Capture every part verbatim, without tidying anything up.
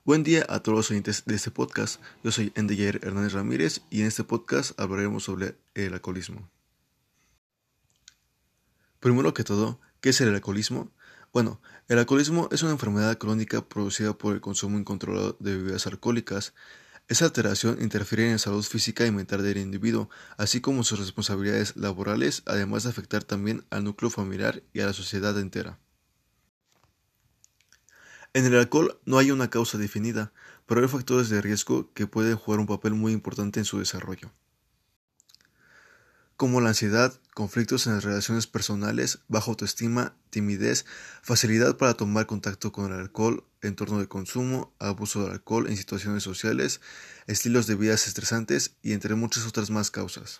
Buen día a todos los oyentes de este podcast. Yo soy Endeyer Hernández Ramírez y en este podcast hablaremos sobre el alcoholismo. Primero que todo, ¿qué es el alcoholismo? Bueno, el alcoholismo es una enfermedad crónica producida por el consumo incontrolado de bebidas alcohólicas. Esa alteración interfiere en la salud física y mental del individuo, así como sus responsabilidades laborales, además de afectar también al núcleo familiar y a la sociedad entera. En el alcohol no hay una causa definida, pero hay factores de riesgo que pueden jugar un papel muy importante en su desarrollo, como la ansiedad, conflictos en las relaciones personales, baja autoestima, timidez, facilidad para tomar contacto con el alcohol, entorno de consumo, abuso del alcohol en situaciones sociales, estilos de vida estresantes y entre muchas otras más causas.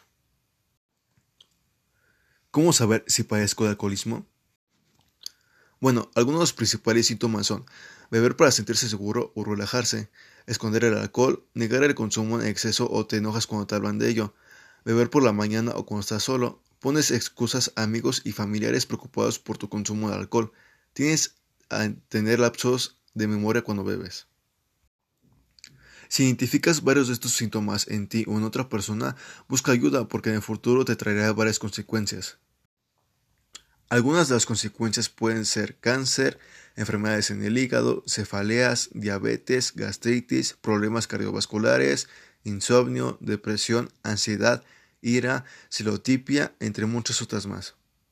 ¿Cómo saber si padezco de alcoholismo? Bueno, algunos de los principales síntomas son beber para sentirse seguro o relajarse, esconder el alcohol, negar el consumo en exceso o te enojas cuando te hablan de ello, beber por la mañana o cuando estás solo, pones excusas a amigos y familiares preocupados por tu consumo de alcohol, tienes a tener lapsos de memoria cuando bebes. Si identificas varios de estos síntomas en ti o en otra persona, busca ayuda porque en el futuro te traerá varias consecuencias. Algunas de las consecuencias pueden ser cáncer, enfermedades en el hígado, cefaleas, diabetes, gastritis, problemas cardiovasculares, insomnio, depresión, ansiedad, ira, celotipia, entre muchas otras más.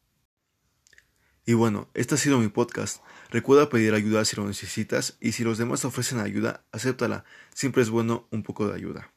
Y bueno, este ha sido mi podcast. Recuerda pedir ayuda si lo necesitas y si los demás ofrecen ayuda, acéptala. Siempre es bueno un poco de ayuda.